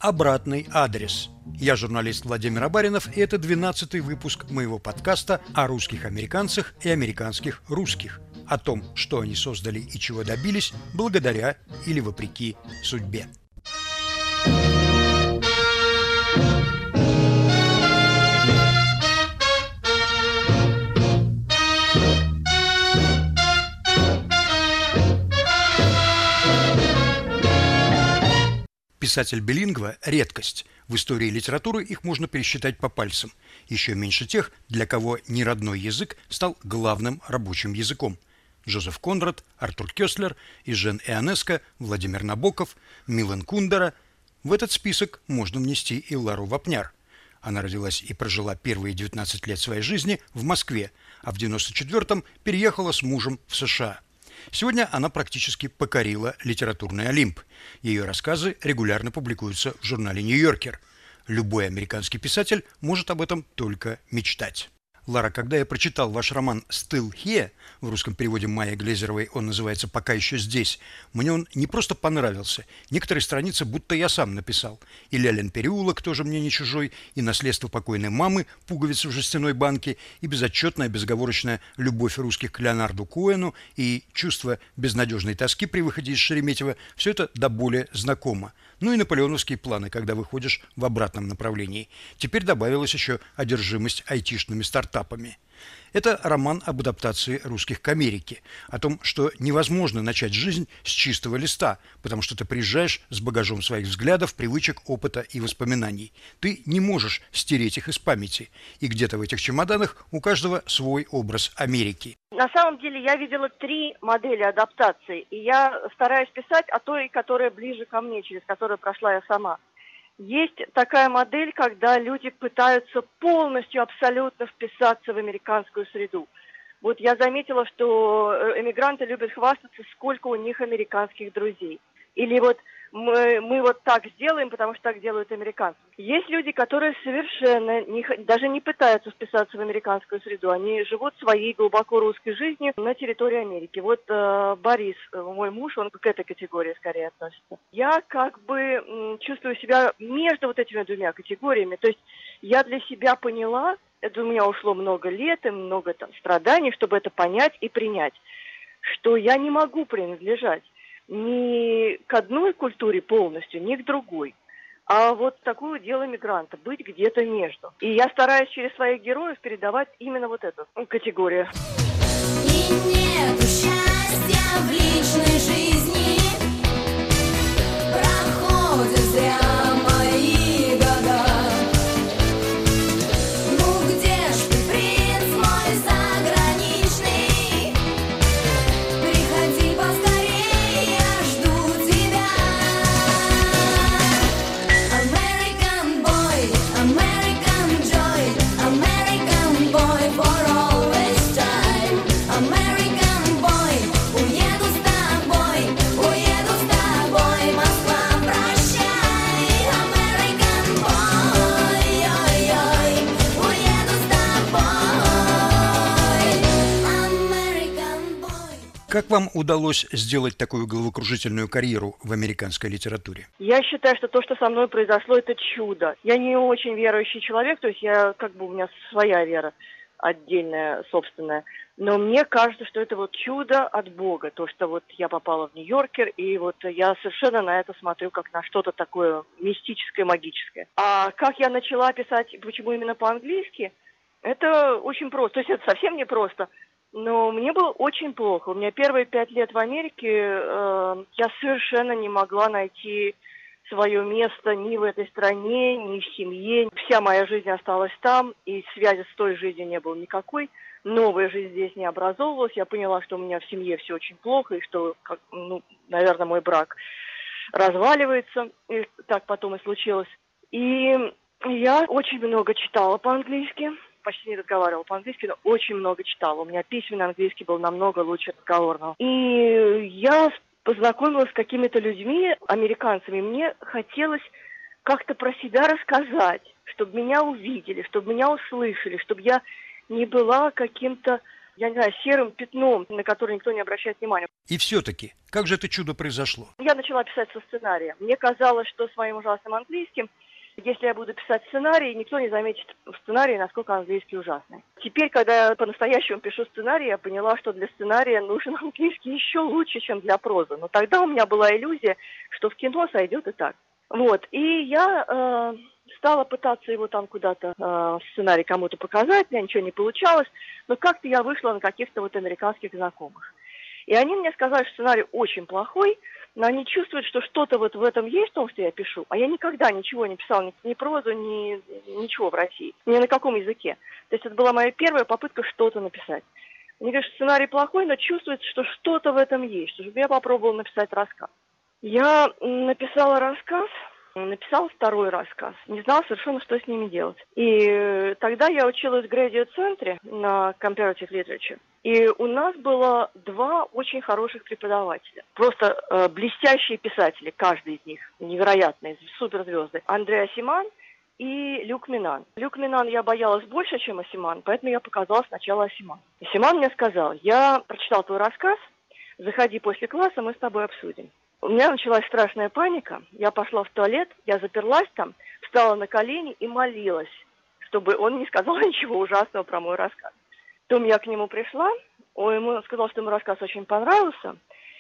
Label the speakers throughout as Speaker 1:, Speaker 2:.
Speaker 1: «Обратный адрес». Я журналист Владимир Абаринов, и это 12-й выпуск моего подкаста о русских американцах и американских русских, о том, что они создали и чего добились благодаря или вопреки судьбе. Писатель-билингва – редкость. В истории литературы их можно пересчитать по пальцам. Еще меньше тех, для кого неродной язык стал главным рабочим языком. Джозеф Конрад, Артур Кёслер, Ижен Ионеско, Владимир Набоков, Милан Кундера. В этот список можно внести и Лару Вапняр. Она родилась и прожила первые 19 лет своей жизни в Москве, а в 1994-м переехала с мужем в США. Сегодня она практически покорила литературный Олимп. Ее рассказы регулярно публикуются в журнале «Нью-Йоркер». Любой американский писатель может об этом только мечтать. Лара, когда я прочитал ваш роман «Still Here», в русском переводе Майи Глейзеровой он называется «Пока еще здесь», мне он не просто понравился. Некоторые страницы будто я сам написал. И «Лялин переулок» тоже мне не чужой, и «Наследство покойной мамы», «Пуговицы в жестяной банке», и безотчетная, безоговорочная любовь русских к Леонарду Коэну, и чувство безнадежной тоски при выходе из Шереметьево – все это до боли знакомо. Ну и наполеоновские планы, когда выходишь в обратном направлении. Теперь добавилась еще одержимость айтишными стартапами. Это роман об адаптации русских к Америке, о том, что невозможно начать жизнь с чистого листа, потому что ты приезжаешь с багажом своих взглядов, привычек, опыта и воспоминаний. Ты не можешь стереть их из памяти, и где-то в этих чемоданах у каждого свой образ Америки.
Speaker 2: На самом деле я видела 3 модели адаптации, и я стараюсь писать о той, которая ближе ко мне, через которую прошла я сама. Есть такая модель, когда люди пытаются полностью, абсолютно вписаться в американскую среду. Вот я заметила, что эмигранты любят хвастаться, сколько у них американских друзей. Или вот мы вот так сделаем, потому что так делают американцы. Есть люди, которые совершенно даже не пытаются вписаться в американскую среду. Они живут своей глубоко русской жизнью на территории Америки. Вот Борис, мой муж, он к этой категории скорее относится. Я как бы чувствую себя между вот этими 2 категориями. То есть я для себя поняла, это у меня ушло много лет и много страданий, чтобы это понять и принять, что я не могу принадлежать ни к одной культуре полностью, ни к другой. А вот такое дело мигранта, быть где-то между. И я стараюсь через своих героев передавать именно вот эту категорию.
Speaker 3: И нет счастья в личной жизни, проходят зря мои года. Ну где ж ты, принц мой заграничный? Приходи поскорее, я жду тебя. American boy, American joy, American boy for always time. American boy, уеду с тобой, Москва, прощай. American boy, ой-ой, уеду с тобой. American boy.
Speaker 1: Как вам удалось сделать такую головокружительную карьеру в американской литературе?
Speaker 2: Я считаю, что то, что со мной произошло, это чудо. Я не очень верующий человек, то есть у меня своя вера отдельная, собственная. Но мне кажется, что это вот чудо от Бога, то, что вот я попала в Нью-Йоркер, и вот я совершенно на это смотрю как на что-то такое мистическое, магическое. А как я начала писать, почему именно по-английски, это очень просто. То есть это совсем не просто. Но мне было очень плохо. У меня первые 5 лет в Америке я совершенно не могла найти свое место ни в этой стране, ни в семье. Вся моя жизнь осталась там, и связи с той жизнью не было никакой. Новая жизнь здесь не образовывалась. Я поняла, что у меня в семье все очень плохо, и что, наверное, мой брак разваливается. И так потом и случилось. И я очень много читала по-английски. Почти не разговаривала по-английски, но очень много читала. У меня письменный английский был намного лучше разговорного. И я познакомилась с какими-то людьми, американцами. Мне хотелось как-то про себя рассказать, чтобы меня увидели, чтобы меня услышали, чтобы я не была каким-то я не знаю, серым пятном, на которое никто не обращает внимания.
Speaker 1: И все-таки, как же это чудо произошло?
Speaker 2: Я начала писать со сценария. Мне казалось, что с моим ужасным английским, если я буду писать сценарий, никто не заметит в сценарии, насколько английский ужасный. Теперь, когда я по-настоящему пишу сценарий, я поняла, что для сценария нужен английский еще лучше, чем для прозы. Но тогда у меня была иллюзия, что в кино сойдет и так. Вот. И я стала пытаться его там куда-то в сценарий кому-то показать, у меня ничего не получалось. Но как-то я вышла на каких-то вот американских знакомых. И они мне сказали, что сценарий очень плохой, но они чувствуют, что что-то вот в этом есть, в том, что я пишу. А я никогда ничего не писала, ни прозу, ничего в России, ни на каком языке. То есть это была моя первая попытка что-то написать. Мне говорят, что сценарий плохой, но чувствуется, что что-то в этом есть, что я попробовала написать рассказ. Я написала рассказ, написала второй рассказ, не знала совершенно, что с ними делать. И тогда я училась в Graduate-центре на Comparative Literature. И у нас было два очень хороших преподавателя. Просто блестящие писатели, каждый из них, невероятные, суперзвезды. Андре Асиман и Люк Минан. Люк Минан я боялась больше, чем Асиман, поэтому я показала сначала Асиман. Асиман мне сказал, я прочитал твой рассказ, заходи после класса, мы с тобой обсудим. У меня началась страшная паника. Я пошла в туалет, я заперлась там, встала на колени и молилась, чтобы он не сказал ничего ужасного про мой рассказ. Потом я к нему пришла, он ему сказал, что ему рассказ очень понравился,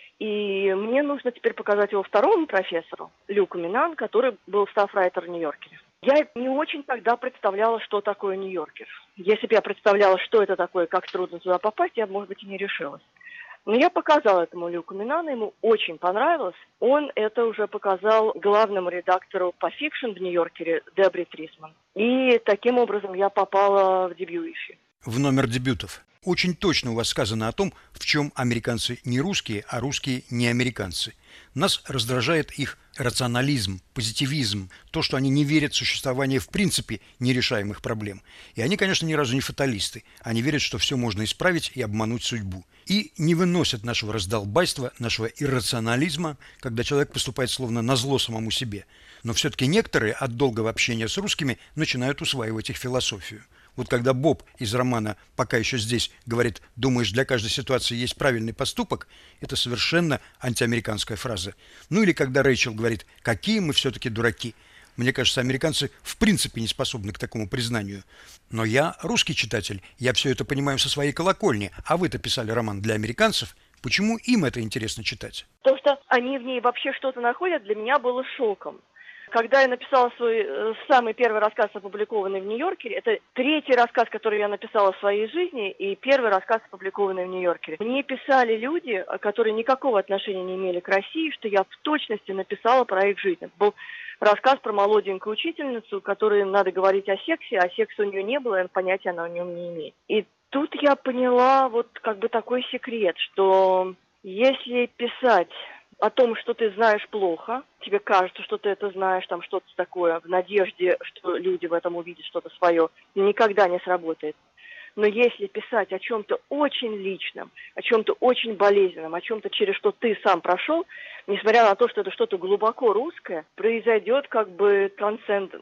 Speaker 2: и мне нужно теперь показать его второму профессору, Люку Минан, который был стаффрайтер в Нью-Йоркере. Я не очень тогда представляла, что такое Нью-Йоркер. Если бы я представляла, что это такое, как трудно туда попасть, я бы, может быть, и не решилась. Но я показала этому Люку Минану, ему очень понравилось. Он это уже показал главному редактору по фикшн в Нью-Йоркере Дебри Трисман. И таким образом я попала в дебют-issue.
Speaker 1: В номер дебютов. Очень точно у вас сказано о том, в чем американцы не русские, а русские не американцы. Нас раздражает их рационализм, позитивизм, то, что они не верят в существование в принципе нерешаемых проблем. И они, конечно, ни разу не фаталисты. Они верят, что все можно исправить и обмануть судьбу. И не выносят нашего раздолбайства, нашего иррационализма, когда человек поступает словно назло самому себе. Но все-таки некоторые от долгого общения с русскими начинают усваивать их философию. Вот когда Боб из романа «Пока еще здесь» говорит «думаешь, для каждой ситуации есть правильный поступок», это совершенно антиамериканская фраза. Ну или когда Рэйчел говорит «какие мы все-таки дураки». Мне кажется, американцы в принципе не способны к такому признанию. Но я русский читатель, я все это понимаю со своей колокольни, а вы-то писали роман для американцев. Почему им это интересно читать?
Speaker 2: То, что они в ней вообще что-то находят, для меня было шоком. Когда я написала свой самый первый рассказ, опубликованный в Нью-Йоркере, это третий рассказ, который я написала в своей жизни, и первый рассказ, опубликованный в Нью-Йоркере. Мне писали люди, которые никакого отношения не имели к России, что я в точности написала про их жизнь. Это был рассказ про молоденькую учительницу, которой надо говорить о сексе, а секса у нее не было, и понятия она о нем не имеет. И тут я поняла вот как бы такой секрет, что если писать о том, что ты знаешь плохо, тебе кажется, что ты это знаешь, там что-то такое, в надежде, что люди в этом увидят что-то свое, никогда не сработает. Но если писать о чем-то очень личном, о чем-то очень болезненном, о чем-то, через что ты сам прошел, несмотря на то, что это что-то глубоко русское, произойдет как бы трансценденс,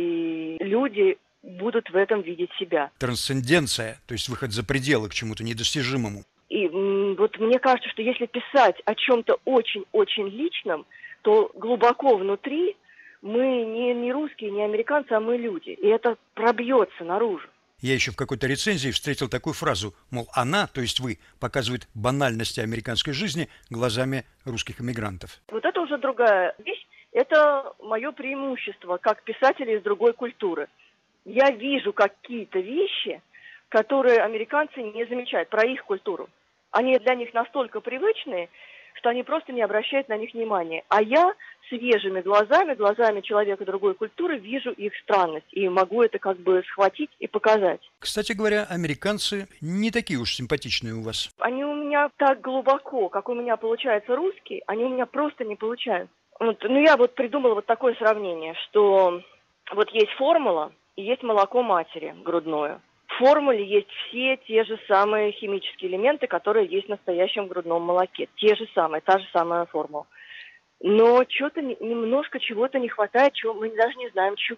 Speaker 2: и люди будут в этом видеть себя.
Speaker 1: Трансценденция, то есть выход за пределы к чему-то недостижимому.
Speaker 2: И вот мне кажется, что если писать о чем-то очень-очень личном, то глубоко внутри мы не русские, не американцы, а мы люди. И это пробьется наружу.
Speaker 1: Я еще в какой-то рецензии встретил такую фразу, мол, она, то есть вы, показывает банальности американской жизни глазами русских эмигрантов.
Speaker 2: Вот это уже другая вещь. Это мое преимущество как писателя из другой культуры. Я вижу какие-то вещи, которые американцы не замечают, про их культуру. Они для них настолько привычные, что они просто не обращают на них внимания. А я свежими глазами человека другой культуры вижу их странность и могу это как бы схватить и показать.
Speaker 1: Кстати говоря, американцы не такие уж симпатичные у вас.
Speaker 2: Они у меня так глубоко, как у меня получается русский, они у меня просто не получаются. Я придумала вот такое сравнение, что вот есть формула и есть молоко матери грудное. В формуле есть все те же самые химические элементы, которые есть в настоящем грудном молоке. Те же самые, та же самая формула. Но что-то немножко чего-то не хватает, чего мы даже не знаем чего.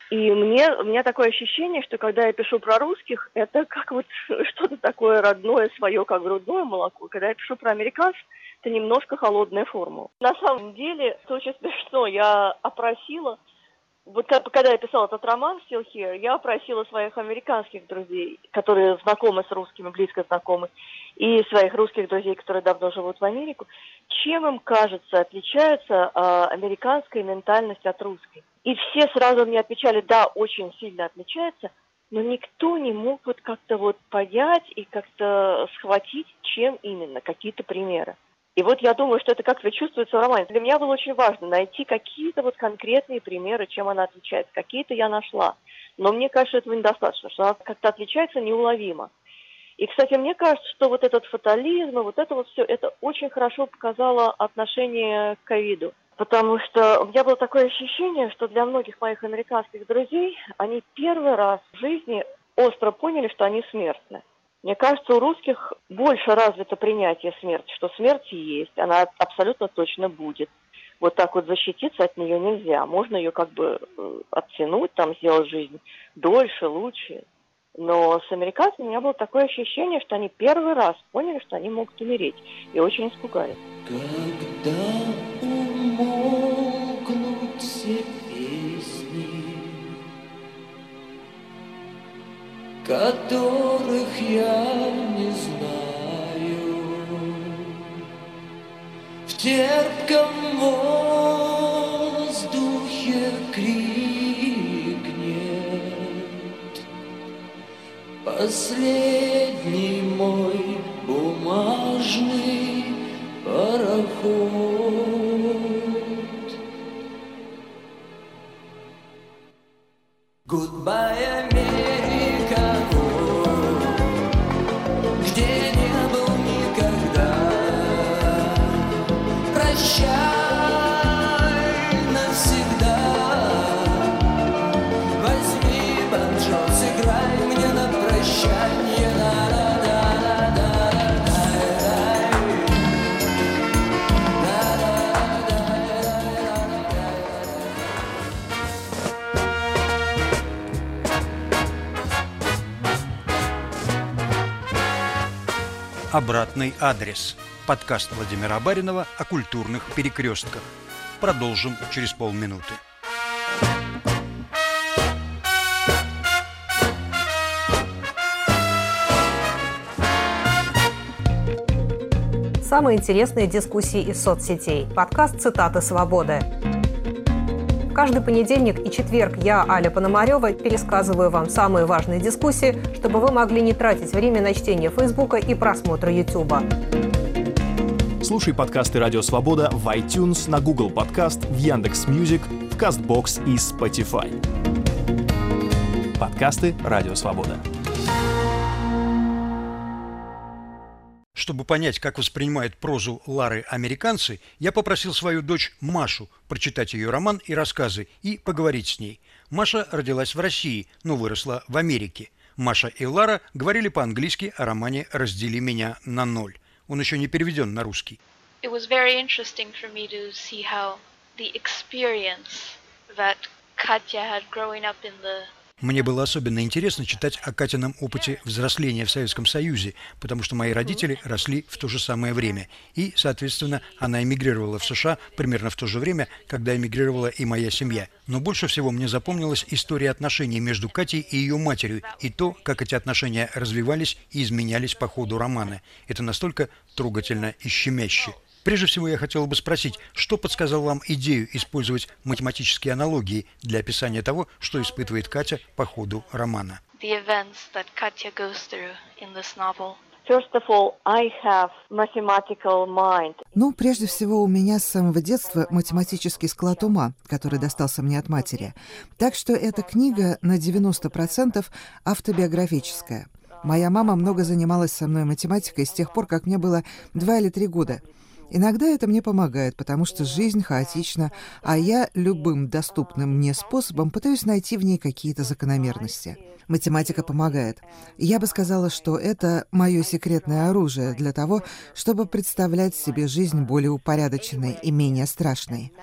Speaker 2: И у меня такое ощущение, что когда я пишу про русских, это как вот что-то такое родное, свое, как грудное молоко. Когда я пишу про американцев, это немножко холодная формула. На самом деле, это очень смешно. Я опросила, вот когда я писала этот роман «Still Here», я опросила своих американских друзей, которые знакомы с русскими, близко знакомы, и своих русских друзей, которые давно живут в Америку, чем им кажется, отличается американская ментальность от русской. И все сразу мне отвечали: да, очень сильно отличается, но никто не мог вот как-то вот понять и как-то схватить, чем именно, какие-то примеры. И вот я думаю, что это как-то чувствуется в романе. Для меня было очень важно найти какие-то вот конкретные примеры, чем она отличается. Какие-то я нашла. Но мне кажется, этого недостаточно, что она как-то отличается неуловимо. И, кстати, мне кажется, что вот этот фатализм, вот это вот все, это очень хорошо показало отношение к ковиду. Потому что у меня было такое ощущение, что для многих моих американских друзей, они первый раз в жизни остро поняли, что они смертны. Мне кажется, у русских больше развито принятие смерти, что смерть есть, она абсолютно точно будет. Вот так вот защититься от нее нельзя. Можно ее как бы оттянуть, там, сделать жизнь дольше, лучше. Но с американцами у меня было такое ощущение, что они первый раз поняли, что они могут умереть. И очень испугались.
Speaker 4: Когда умолкнут все песни, которых я не знаю, в терпком воздухе крикнет последний мой бумажный пароход. Goodbye, Америка, где не был никогда. Прощай навсегда. Возьми банджо, сыграй мне на прощанье.
Speaker 1: «Обратный адрес». Подкаст Владимира Абаринова о культурных перекрестках. Продолжим через полминуты.
Speaker 5: Самые интересные дискуссии из соцсетей. Подкаст «Цитаты свободы». Каждый понедельник и четверг я, Аля Пономарёва, пересказываю вам самые важные дискуссии, чтобы вы могли не тратить время на чтение Фейсбука и просмотра Ютуба.
Speaker 6: Слушай подкасты «Радио Свобода» в iTunes, на Google Подкаст, в Яндекс.Мьюзик, в Castbox и Spotify. Подкасты «Радио Свобода».
Speaker 1: Чтобы понять, как воспринимают прозу Лары американцы, я попросил свою дочь Машу прочитать ее роман и рассказы и поговорить с ней. Маша родилась в России, но выросла в Америке. Маша и Лара говорили по-английски о романе «Раздели меня на ноль». Он еще не переведен на русский.
Speaker 7: It was very interesting for me to see how the experience that Katya had growing up in the
Speaker 1: Мне было особенно интересно читать о Катином опыте взросления в Советском Союзе, потому что мои родители росли в то же самое время. И, соответственно, она эмигрировала в США примерно в то же время, когда эмигрировала и моя семья. Но больше всего мне запомнилась история отношений между Катей и ее матерью, и то, как эти отношения развивались и изменялись по ходу романа. Это настолько трогательно и щемяще. Прежде всего, я хотел бы спросить, что подсказало вам идею использовать математические аналогии для описания того, что испытывает Катя по ходу романа?
Speaker 7: the events that Katya goes through in this novel.
Speaker 2: First of all, I have mathematical mind.
Speaker 8: Ну, прежде всего, у меня с самого детства математический склад ума, который достался мне от матери. Так что эта книга на 90% автобиографическая. Моя мама много занималась со мной математикой с тех пор, как мне было 2 или 3 года. Иногда это мне помогает, потому что жизнь хаотична, а я любым доступным мне способом пытаюсь найти в ней какие-то закономерности. Математика помогает. Я бы сказала, что это мое секретное оружие для того, чтобы представлять себе жизнь более упорядоченной и менее страшной.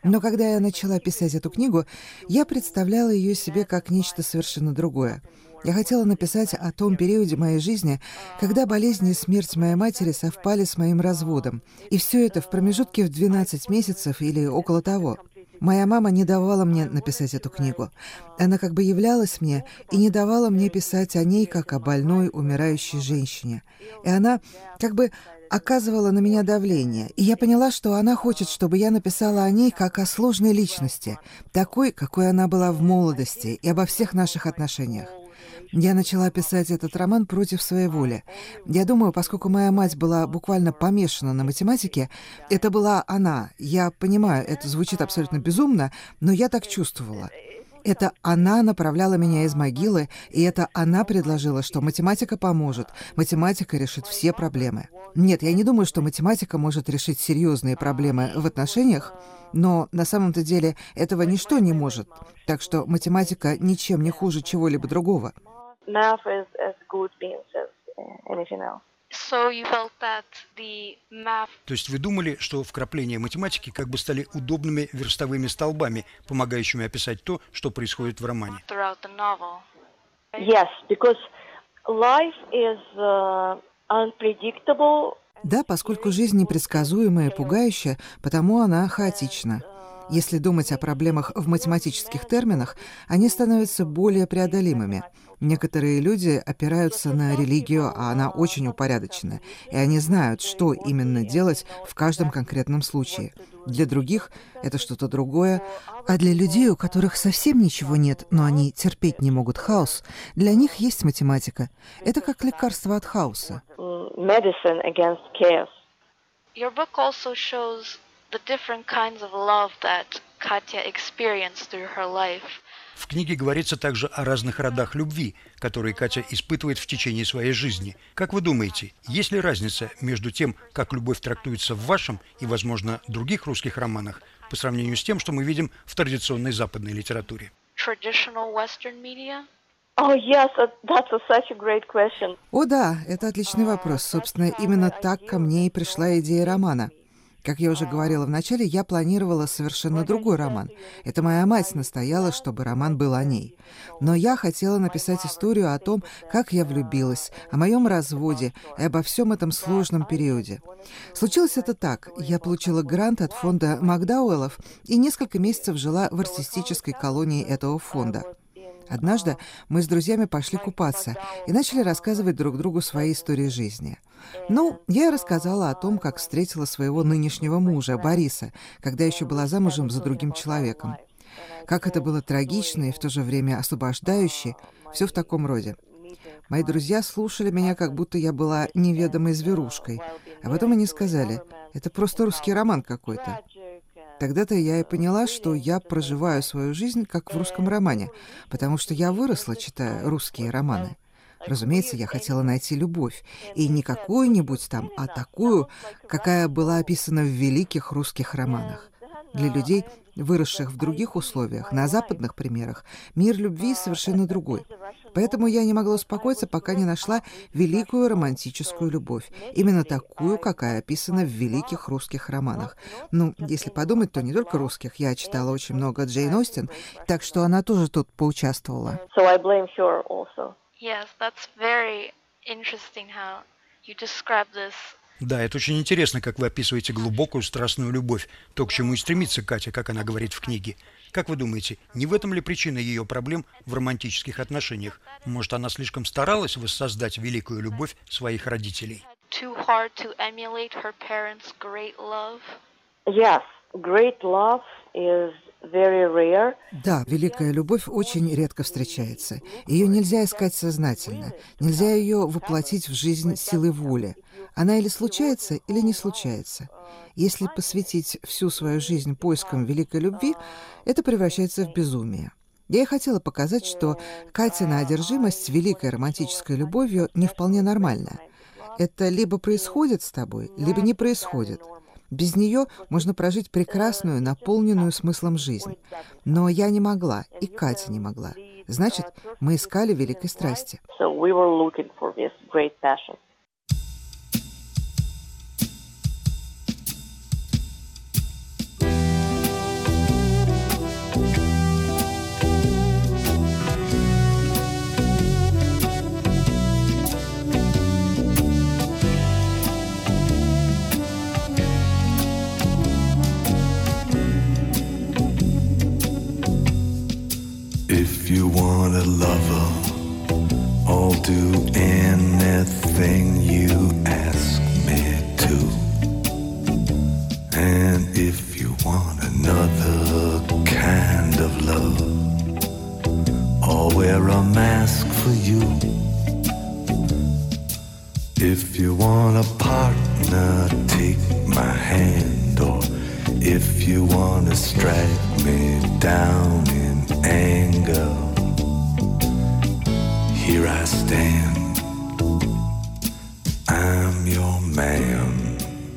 Speaker 8: Но когда я начала писать эту книгу, я представляла ее себе как нечто совершенно другое. Я хотела написать о том периоде моей жизни, когда болезнь и смерть моей матери совпали с моим разводом. И все это в промежутке в 12 месяцев или около того. Моя мама не давала мне написать эту книгу. Она как бы являлась мне и не давала мне писать о ней, как о больной, умирающей женщине. И она как бы оказывала на меня давление. И я поняла, что она хочет, чтобы я написала о ней как о сложной личности, такой, какой она была в молодости, и обо всех наших отношениях. Я начала писать этот роман против своей воли. Я думаю, поскольку моя мать была буквально помешана на математике, это была она. Я понимаю, это звучит абсолютно безумно, но я так чувствовала. Это она направляла меня из могилы, и это она предложила, что математика поможет, математика решит все проблемы. Нет, я не думаю, что математика может решить серьезные проблемы в отношениях, но на самом-то деле этого ничто не может. Так что математика ничем не хуже чего-либо другого.
Speaker 2: Math is as good beans as anything else.
Speaker 7: So you felt that the math
Speaker 1: То есть вы думали, что вкрапления математики как бы стали удобными верстовыми столбами, помогающими описать то, что происходит в романе?
Speaker 7: throughout the novel.
Speaker 2: Yes, because life is unpredictable.
Speaker 8: Да, поскольку жизнь непредсказуемая и пугающая, потому она хаотична. Если думать о проблемах в математических терминах, они становятся более преодолимыми. Некоторые люди опираются на религию, а она очень упорядочена, и они знают, что именно делать в каждом конкретном случае. Для других это что-то другое, а для людей, у которых совсем ничего нет, но они терпеть не могут хаос, для них есть математика. Это как лекарство от хаоса.
Speaker 2: Medicine against chaos.
Speaker 7: Your book also shows the different kinds of love that Katya experienced through her life.
Speaker 1: В книге говорится также о разных родах любви, которые Катя испытывает в течение своей жизни. Как вы думаете, есть ли разница между тем, как любовь трактуется в вашем и, возможно, других русских романах, по сравнению с тем, что мы видим в традиционной западной литературе?
Speaker 7: Traditional Western media?
Speaker 2: Oh yes, that's such a great question.
Speaker 8: О да, это отличный вопрос. Собственно, именно так ко мне и пришла идея романа. Как я уже говорила в начале, я планировала совершенно другой роман. Это моя мать настояла, чтобы роман был о ней. Но я хотела написать историю о том, как я влюбилась, о моем разводе и обо всем этом сложном периоде. Случилось это так. Я получила грант от фонда Макдауэллов и несколько месяцев жила в артистической колонии этого фонда. Однажды мы с друзьями пошли купаться и начали рассказывать друг другу свои истории жизни. Ну, я рассказала о том, как встретила своего нынешнего мужа, Бориса, когда еще была замужем за другим человеком. Как это было трагично и в то же время освобождающе, все в таком роде. Мои друзья слушали меня, как будто я была неведомой зверушкой, а потом они сказали, это просто русский роман какой-то. Тогда-то я и поняла, что я проживаю свою жизнь как в русском романе, потому что я выросла, читая русские романы. Разумеется, я хотела найти любовь, и не какую-нибудь там, а такую, какая была описана в великих русских романах. Для людей, выросших в других условиях, на западных примерах, мир любви совершенно другой. Поэтому я не могла успокоиться, пока не нашла великую романтическую любовь. Именно такую, какая описана в великих русских романах. Ну, если подумать, то не только русских. Я читала очень много Джейн Остин, так что она тоже тут поучаствовала.
Speaker 2: So I blame her also.
Speaker 7: Yes, that's very interesting how you describe this.
Speaker 1: Да, это очень интересно, как вы описываете глубокую страстную любовь, то, к чему и стремится Катя, как она говорит в книге. Как вы думаете, не в этом ли причина ее проблем в романтических отношениях? Может, она слишком старалась воссоздать великую любовь своих родителей?
Speaker 7: Too hard to emulate her parents' great love.
Speaker 2: Yes, great love is very rare.
Speaker 8: Да, великая любовь очень редко встречается. Ее нельзя искать сознательно. Нельзя ее воплотить в жизнь силой воли. Она или случается, или не случается. Если посвятить всю свою жизнь поискам великой любви, это превращается в безумие. Я и хотела показать, что Катина одержимость великой романтической любовью не вполне нормальна. Это либо происходит с тобой, либо не происходит. Без нее можно прожить прекрасную, наполненную смыслом жизнь. Но я не могла, и Катя не могла. Значит, мы искали великой страсти.
Speaker 2: So we were looking for this great passion.
Speaker 9: do anything you ask me to. And if you want another kind of love, I'll wear a mask for you. If you want a partner, take my hand. Or if you want to strike me down in anger, here I stand, I'm your man.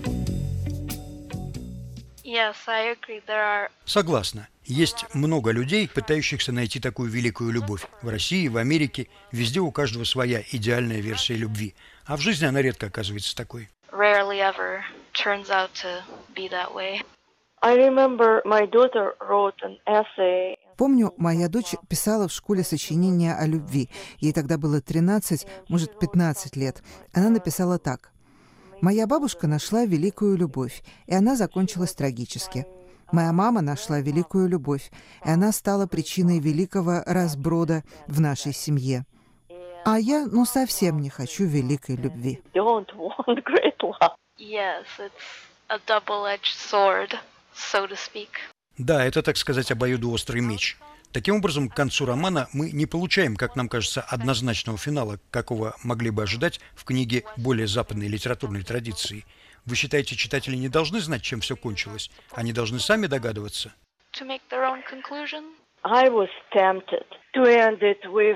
Speaker 7: Yes, I agree. There are
Speaker 1: Согласна. Есть много людей, пытающихся найти такую великую любовь. В России, в Америке, везде у каждого своя идеальная версия любви. А в жизни она редко оказывается такой.
Speaker 7: rarely ever turns out to be that way.
Speaker 2: I remember my daughter wrote an essay.
Speaker 8: Помню, моя дочь писала в школе сочинение о любви. Ей тогда было 13, может, 15 лет. Она написала так. «Моя бабушка нашла великую любовь, и она закончилась трагически. Моя мама нашла великую любовь, и она стала причиной великого разброда в нашей семье. А я, совсем не хочу великой любви».
Speaker 2: Don't want great love.
Speaker 7: Yes, it's a double-edged sword, so to speak.
Speaker 1: Да, это, так сказать, обоюдоострый меч. Таким образом, к концу романа мы не получаем, как нам кажется, однозначного финала, какого могли бы ожидать в книге более западной литературной традиции. Вы считаете, читатели не должны знать, чем все кончилось? Они должны сами догадываться?
Speaker 7: To make their own conclusion?
Speaker 2: I was tempted to end it with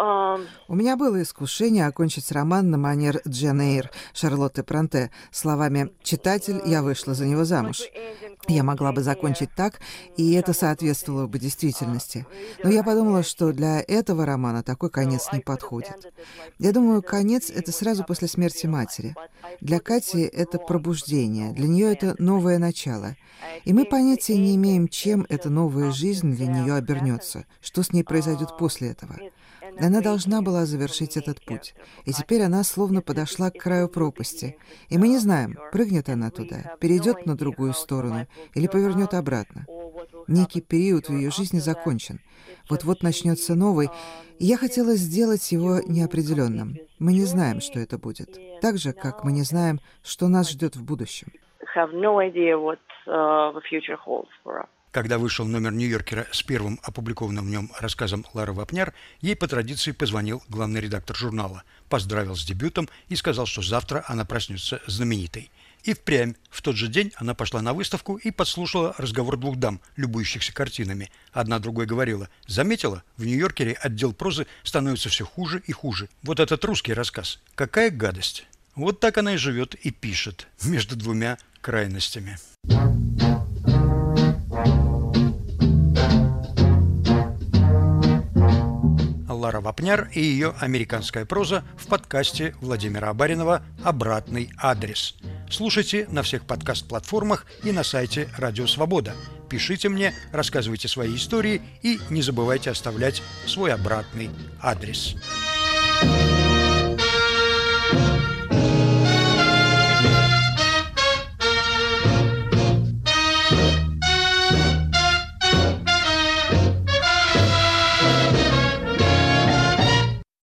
Speaker 8: У меня было искушение окончить роман на манер Джен Эйр Шарлотты Бронте словами «Читатель, я вышла за него замуж». Я могла бы закончить так, и это соответствовало бы действительности. Но я подумала, что для этого романа такой конец не подходит. Я думаю, конец — это сразу после смерти матери. Для Кати это пробуждение, для нее это новое начало. И мы понятия не имеем, чем эта новая жизнь для нее обернется, что с ней произойдет после этого. Она должна была завершить этот путь. И теперь она словно подошла к краю пропасти. И мы не знаем, прыгнет она туда, перейдет на другую сторону или повернет обратно. Некий период в ее жизни закончен. Вот-вот начнется новый, и я хотела сделать его неопределенным. Мы не знаем, что это будет. Так же, как мы не знаем, что нас ждет в будущем.
Speaker 2: have no idea what the future holds for us.
Speaker 1: Когда вышел номер «Нью-Йоркера» с первым опубликованным в нем рассказом Лары Вапняр, ей по традиции позвонил главный редактор журнала, поздравил с дебютом и сказал, что завтра она проснется знаменитой. И впрямь в тот же день она пошла на выставку и подслушала разговор двух дам, любующихся картинами. Одна другой говорила: «Заметила, в «Нью-Йоркере» отдел прозы становится все хуже и хуже. Вот этот русский рассказ. Какая гадость!» Вот так она и живет и пишет между двумя крайностями. Лара Вапняр и ее американская проза в подкасте Владимира Абаринова «Обратный адрес». Слушайте на всех подкаст-платформах и на сайте Радио Свобода. Пишите мне, рассказывайте свои истории и не забывайте оставлять свой обратный адрес.